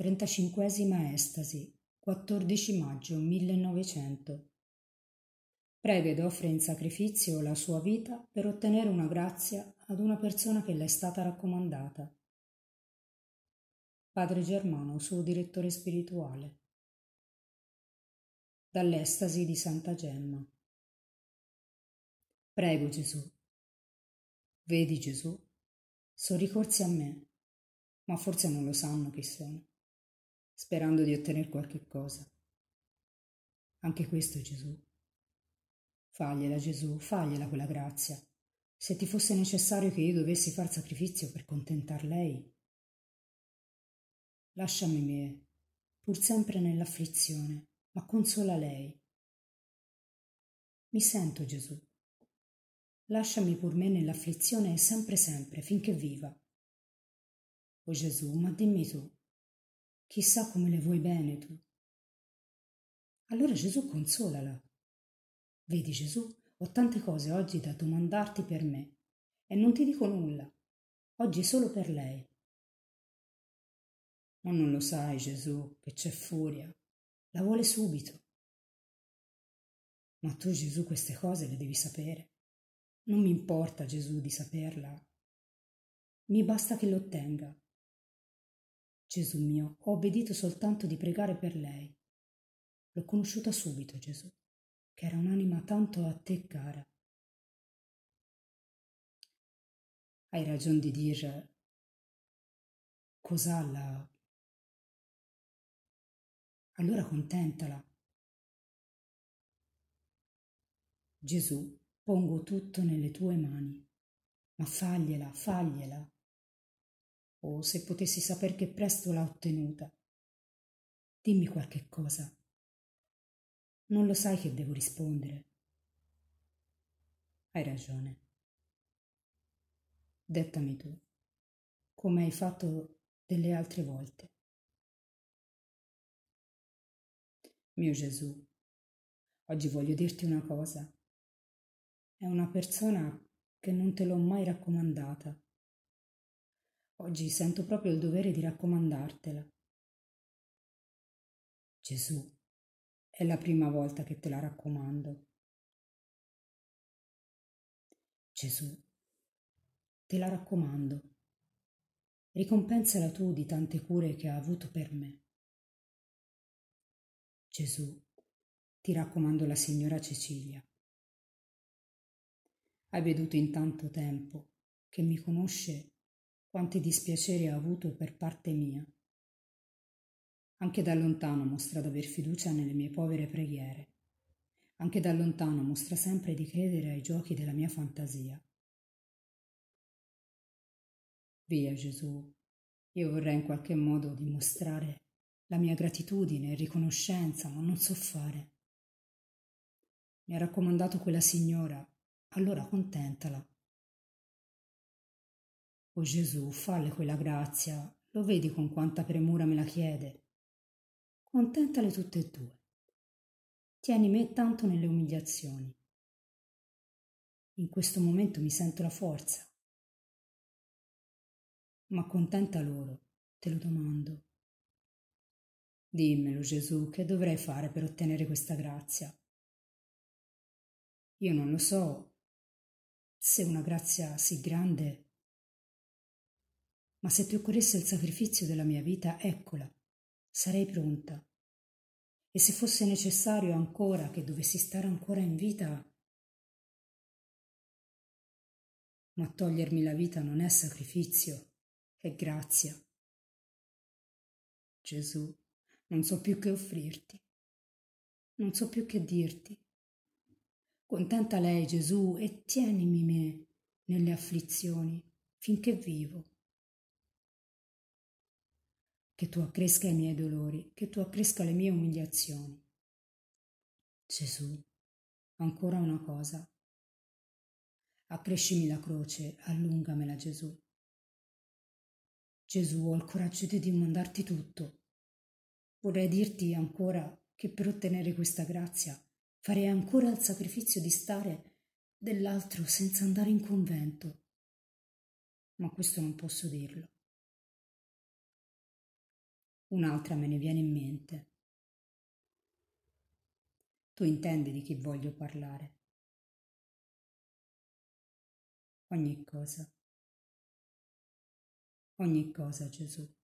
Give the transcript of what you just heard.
35esima estasi, 14 maggio 1900. Prega ed offre in sacrificio la sua vita per ottenere una grazia ad una persona che le è stata raccomandata. Padre Germano, suo direttore spirituale. Dall'estasi di Santa Gemma. Prego Gesù. Vedi Gesù? Sono ricorsi a me, ma forse non lo sanno chi sono, sperando di ottenere qualche cosa. Anche questo è Gesù. Fagliela Gesù, fagliela quella grazia. Se ti fosse necessario che io dovessi far sacrificio per contentar lei. Lasciami me, pur sempre nell'afflizione, ma consola lei. Mi sento Gesù. Lasciami pur me nell'afflizione sempre sempre, finché viva. O Gesù, ma dimmi tu, chissà come le vuoi bene tu. Allora Gesù consolala. Vedi Gesù, ho tante cose oggi da domandarti per me e non ti dico nulla, oggi solo per lei. Ma non lo sai Gesù che c'è furia, la vuole subito. Ma tu Gesù queste cose le devi sapere. Non mi importa Gesù di saperla, mi basta che l'ottenga. Gesù mio, ho obbedito soltanto di pregare per lei. L'ho conosciuta subito Gesù, che era un'anima tanto a te cara. Hai ragione di dire cos'ha la... Allora contentala. Gesù, pongo tutto nelle tue mani, ma fagliela, fagliela. Oh, se potessi saper che presto l'ha ottenuta. Dimmi qualche cosa. Non lo sai che devo rispondere. Hai ragione. Dettami tu, come hai fatto delle altre volte. Mio Gesù, oggi voglio dirti una cosa. È una persona che non te l'ho mai raccomandata. Oggi sento proprio il dovere di raccomandartela. Gesù, è la prima volta che te la raccomando. Gesù, te la raccomando. Ricompensala tu di tante cure che ha avuto per me. Gesù, ti raccomando la signora Cecilia. Hai veduto in tanto tempo che mi conosce quanti dispiaceri ha avuto per parte mia. Anche da lontano mostra d'aver fiducia nelle mie povere preghiere. Anche da lontano mostra sempre di credere ai giochi della mia fantasia. Via Gesù, io vorrei in qualche modo dimostrare la mia gratitudine e riconoscenza, ma non so fare. Mi ha raccomandato quella signora, allora contentala. O Gesù, falle quella grazia, lo vedi con quanta premura me la chiede. Contentale tutte e due. Tieni me tanto nelle umiliazioni. In questo momento mi sento la forza. Ma contenta loro, te lo domando. Dimmelo, Gesù, che dovrei fare per ottenere questa grazia? Io non lo so se una grazia sì grande, ma se ti occorresse il sacrificio della mia vita, eccola, sarei pronta. E se fosse necessario ancora che dovessi stare ancora in vita, ma togliermi la vita non è sacrificio, è grazia. Gesù, non so più che offrirti, non so più che dirti. Contenta lei, Gesù, e tienimi me nelle afflizioni finché vivo. Che tu accresca i miei dolori, che tu accresca le mie umiliazioni. Gesù, ancora una cosa. Accrescimi la croce, allungamela, Gesù. Gesù, ho il coraggio di domandarti tutto. Vorrei dirti ancora che per ottenere questa grazia farei ancora il sacrificio di stare dell'altro senza andare in convento. Ma questo non posso dirlo. un'altra me ne viene in mente. Tu intendi di chi voglio parlare? Ogni cosa, Gesù.